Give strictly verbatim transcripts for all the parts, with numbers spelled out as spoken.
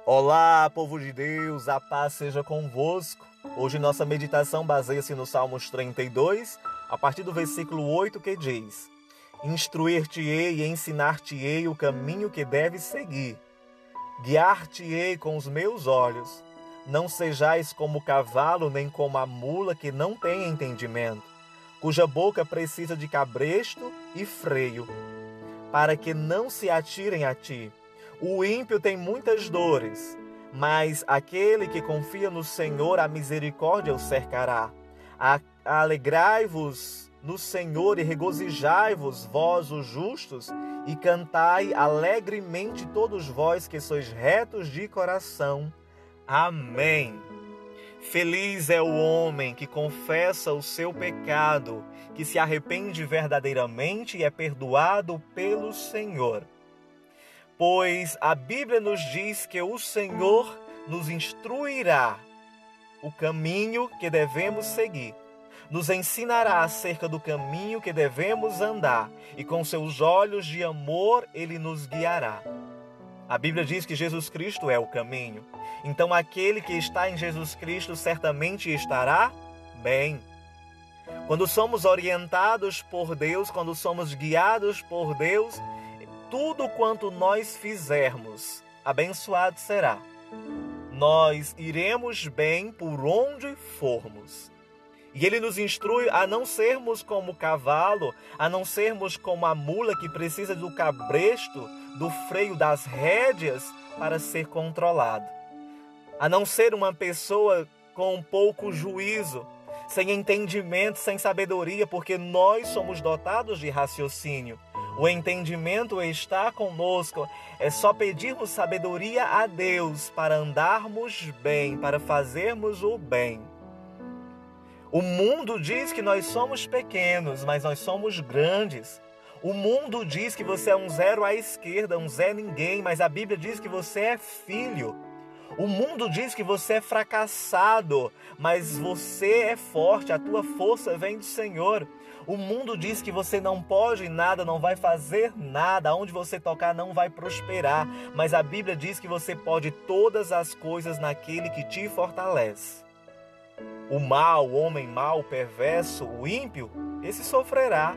Olá, povo de Deus, a paz seja convosco. Hoje nossa meditação baseia-se no Salmos trinta e dois, a partir do versículo oito, que diz: Instruir-te-ei e ensinar-te-ei o caminho que deves seguir. Guiar-te-ei com os meus olhos. Não sejais como o cavalo, nem como a mula que não tem entendimento, cuja boca precisa de cabresto e freio, para que não se atirem a ti. O ímpio tem muitas dores, mas aquele que confia no Senhor, a misericórdia o cercará. Alegrai-vos no Senhor e regozijai-vos, vós os justos, e cantai alegremente todos vós que sois retos de coração. Amém. Feliz é o homem que confessa o seu pecado, que se arrepende verdadeiramente e é perdoado pelo Senhor. Pois a Bíblia nos diz que o Senhor nos instruirá o caminho que devemos seguir, nos ensinará acerca do caminho que devemos andar, e com seus olhos de amor Ele nos guiará. A Bíblia diz que Jesus Cristo é o caminho. Então aquele que está em Jesus Cristo certamente estará bem. Quando somos orientados por Deus, quando somos guiados por Deus, tudo quanto nós fizermos, abençoado será. Nós iremos bem por onde formos. E Ele nos instrui a não sermos como o cavalo, a não sermos como a mula que precisa do cabresto, do freio, das rédeas para ser controlado. A não ser uma pessoa com pouco juízo, sem entendimento, sem sabedoria, porque nós somos dotados de raciocínio. O entendimento está conosco. É só pedirmos sabedoria a Deus para andarmos bem, para fazermos o bem. O mundo diz que nós somos pequenos, mas nós somos grandes. O mundo diz que você é um zero à esquerda, um Zé Ninguém, mas a Bíblia diz que você é filho. O mundo diz que você é fracassado, mas você é forte, a tua força vem do Senhor. O mundo diz que você não pode nada, não vai fazer nada, onde você tocar não vai prosperar, mas a Bíblia diz que você pode todas as coisas naquele que te fortalece. O mal, o homem mau, o perverso, o ímpio, esse sofrerá.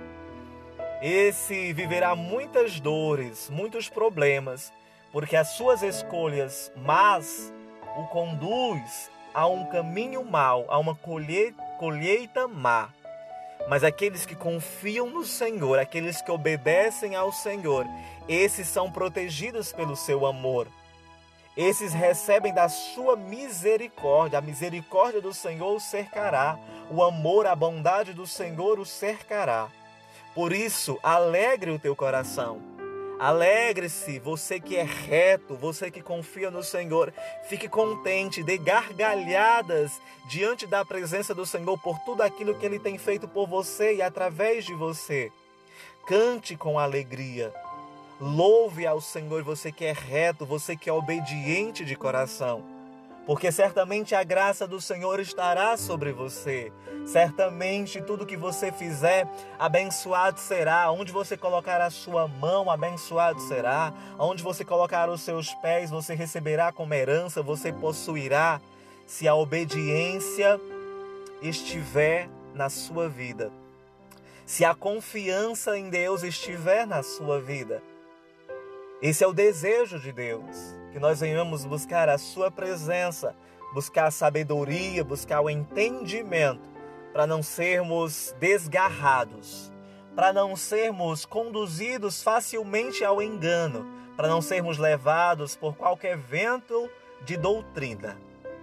Esse viverá muitas dores, muitos problemas, porque as suas escolhas más o conduz a um caminho mau, a uma colheita, colheita má. Mas aqueles que confiam no Senhor, aqueles que obedecem ao Senhor, esses são protegidos pelo seu amor. Esses recebem da sua misericórdia. A misericórdia do Senhor o cercará. O amor, a bondade do Senhor o cercará. Por isso, alegre o teu coração. Alegre-se, você que é reto, você que confia no Senhor. Fique contente, dê gargalhadas diante da presença do Senhor por tudo aquilo que Ele tem feito por você e através de você. Cante com alegria. Louve ao Senhor, você que é reto, você que é obediente de coração. Porque certamente a graça do Senhor estará sobre você. Certamente tudo que você fizer, abençoado será. Onde você colocar a sua mão, abençoado será. Onde você colocar os seus pés, você receberá como herança, você possuirá. Se a obediência estiver na sua vida. Se a confiança em Deus estiver na sua vida. Esse é o desejo de Deus, que nós venhamos buscar a sua presença, buscar a sabedoria, buscar o entendimento, para não sermos desgarrados, para não sermos conduzidos facilmente ao engano, para não sermos levados por qualquer vento de doutrina,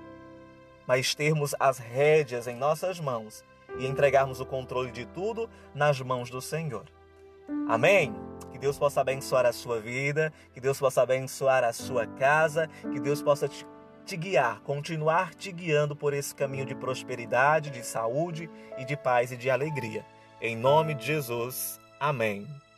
mas termos as rédeas em nossas mãos e entregarmos o controle de tudo nas mãos do Senhor. Amém? Que Deus possa abençoar a sua vida, que Deus possa abençoar a sua casa, que Deus possa te, te guiar, continuar te guiando por esse caminho de prosperidade, de saúde e de paz e de alegria. Em nome de Jesus, amém.